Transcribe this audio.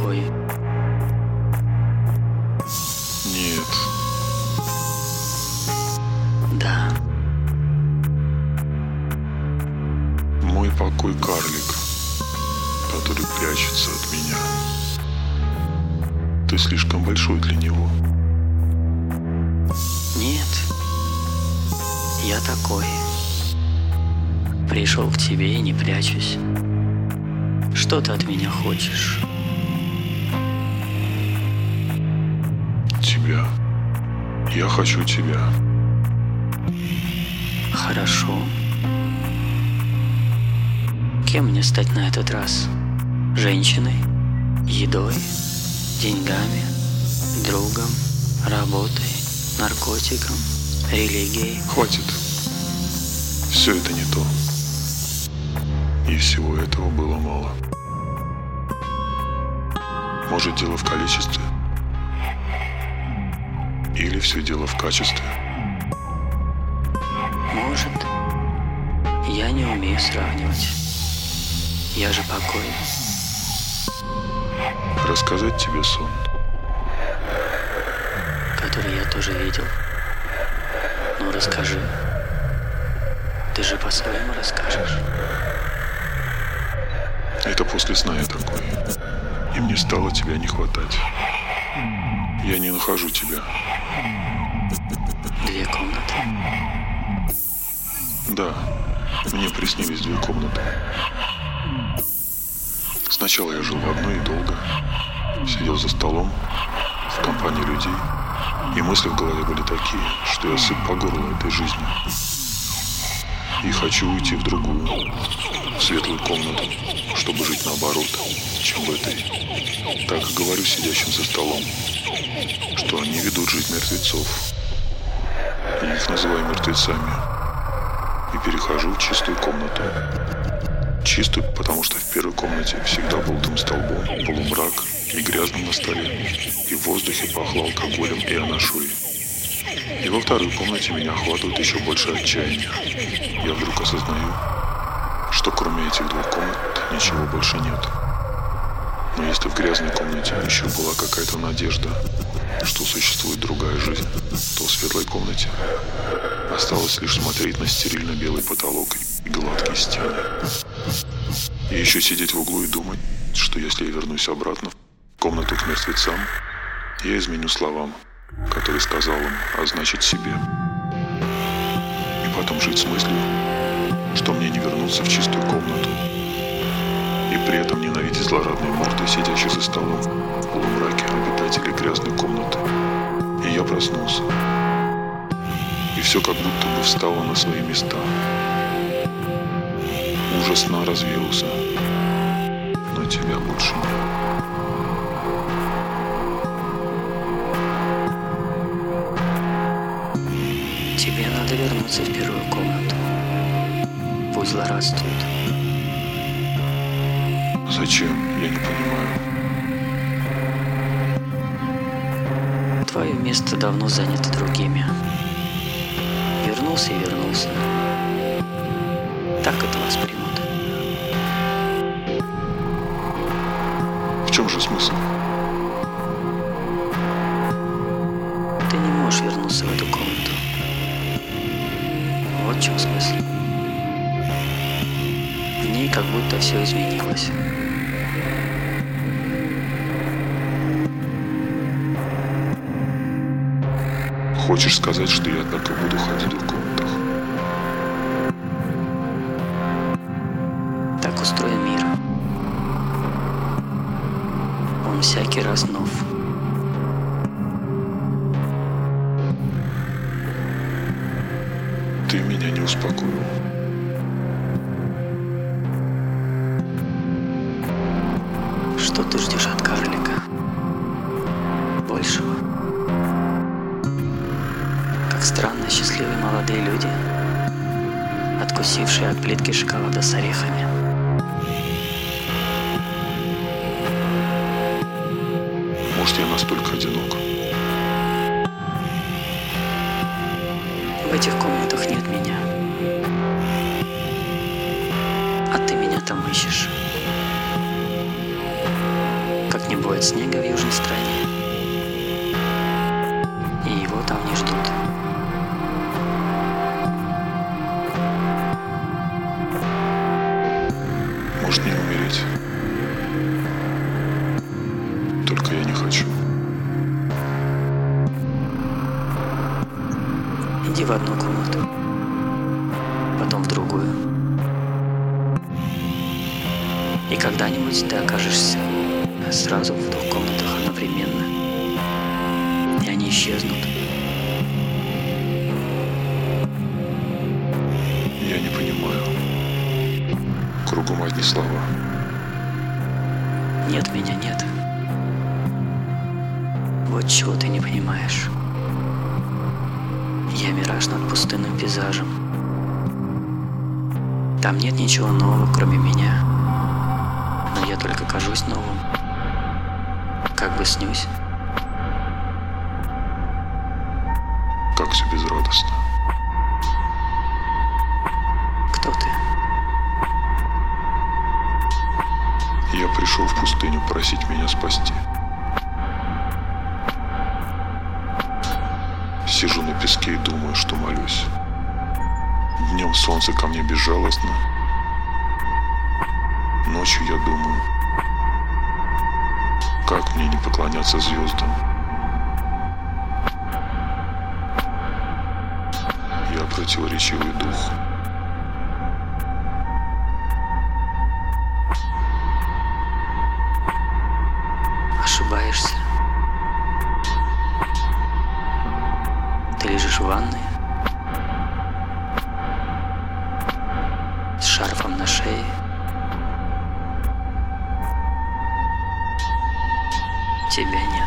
такой? Нет. Да. Мой покой карлик, который прячется от меня. Ты слишком большой для него. Нет. Я такой. Пришел к тебе и не прячусь. Что ты от меня хочешь? Тебя. Я хочу тебя. Хорошо. Кем мне стать на этот раз? Женщиной? Едой? Деньгами? Другом? Работой? Наркотиком? Религией? Хватит. Все это не то. И всего этого было мало. Может, дело в количестве? Или все дело в качестве? Может. Я не умею сравнивать. Я же покой. Рассказать тебе сон, Который я тоже видел. Ну расскажи. Ты же по-своему расскажешь. это после сна я такой. И мне стало тебя не хватать. Я не нахожу тебя. 2 комнаты. Да, мне приснились 2 комнаты. Сначала я жил в одной и долго. Сидел за столом, в компании людей. И мысли в голове были такие, что я сыт по горло этой жизнью. И хочу уйти в другую, в светлую комнату, чтобы жить наоборот, чем в этой. Так и говорю сидящим за столом, что они ведут жизнь мертвецов. И их называю мертвецами. И перехожу в чистую комнату. Чистую, потому что в первой комнате всегда был дым столбом, полумрак и грязным на столе. И в воздухе пахло алкоголем и анашой. И во второй комнате меня охватывает еще больше отчаяния. Я вдруг осознаю, что кроме этих 2 комнат ничего больше нет. Но если в грязной комнате еще была какая-то надежда, что существует другая жизнь, то в светлой комнате осталось лишь смотреть на стерильно-белый потолок и гладкие стены. И еще сидеть в углу и думать, что если я вернусь обратно в комнату к мертвецам, я изменю словам, которые сказал им, а значит себе. И потом жить с мыслью, что мне не вернуться в чистую комнату. И при этом ненавидеть злорадные морды, сидящие за столом, в полумраке обитателей грязной комнаты. И я проснулся. И все как будто бы встало на свои места. Ужас сна развеялся, но тебя больше нет. Тебе надо вернуться в первую комнату. Пусть злорадствует. Зачем? Я не понимаю. Твое место давно занято другими. Вернулся и вернулся. Так это воспримут. В чем же смысл? Ты не можешь вернуться в эту комнату. Вот в чем смысл. В ней как будто все изменилось. Хочешь сказать, что я так и буду ходить в комнатах? Так устроен мир. Он всякий раз нов. Ты меня не успокоил. Что ты ждешь от карлика? Большего. Как странно счастливые молодые люди, откусившие от плитки шоколада с орехами. Может, я настолько одинок? В этих комнатах нет меня. А ты меня там ищешь. Как Не будет снега в южной стране, и его там не ждут. Может, не умереть. Только я не хочу. Иди в одну комнату, потом в другую. И когда-нибудь ты окажешься сразу в двух комнатах одновременно. И они исчезнут. Я не понимаю. Кругом одни слова. Нет меня, нет. Вот чего ты не понимаешь. Я мираж над пустынным пейзажем. Там нет ничего нового, кроме меня. Но я только кажусь новым. Как бы снюсь. Как все безрадостно. Кто ты? Я пришел в пустыню просить меня спасти. Сижу на песке и думаю, что молюсь. Днем солнце ко мне безжалостно. Ночью я думаю, как мне не поклоняться звездам. Я противоречивый дух. Ошибаешься. Ты лежишь в ванной с шарфом на шее. Тебя нет.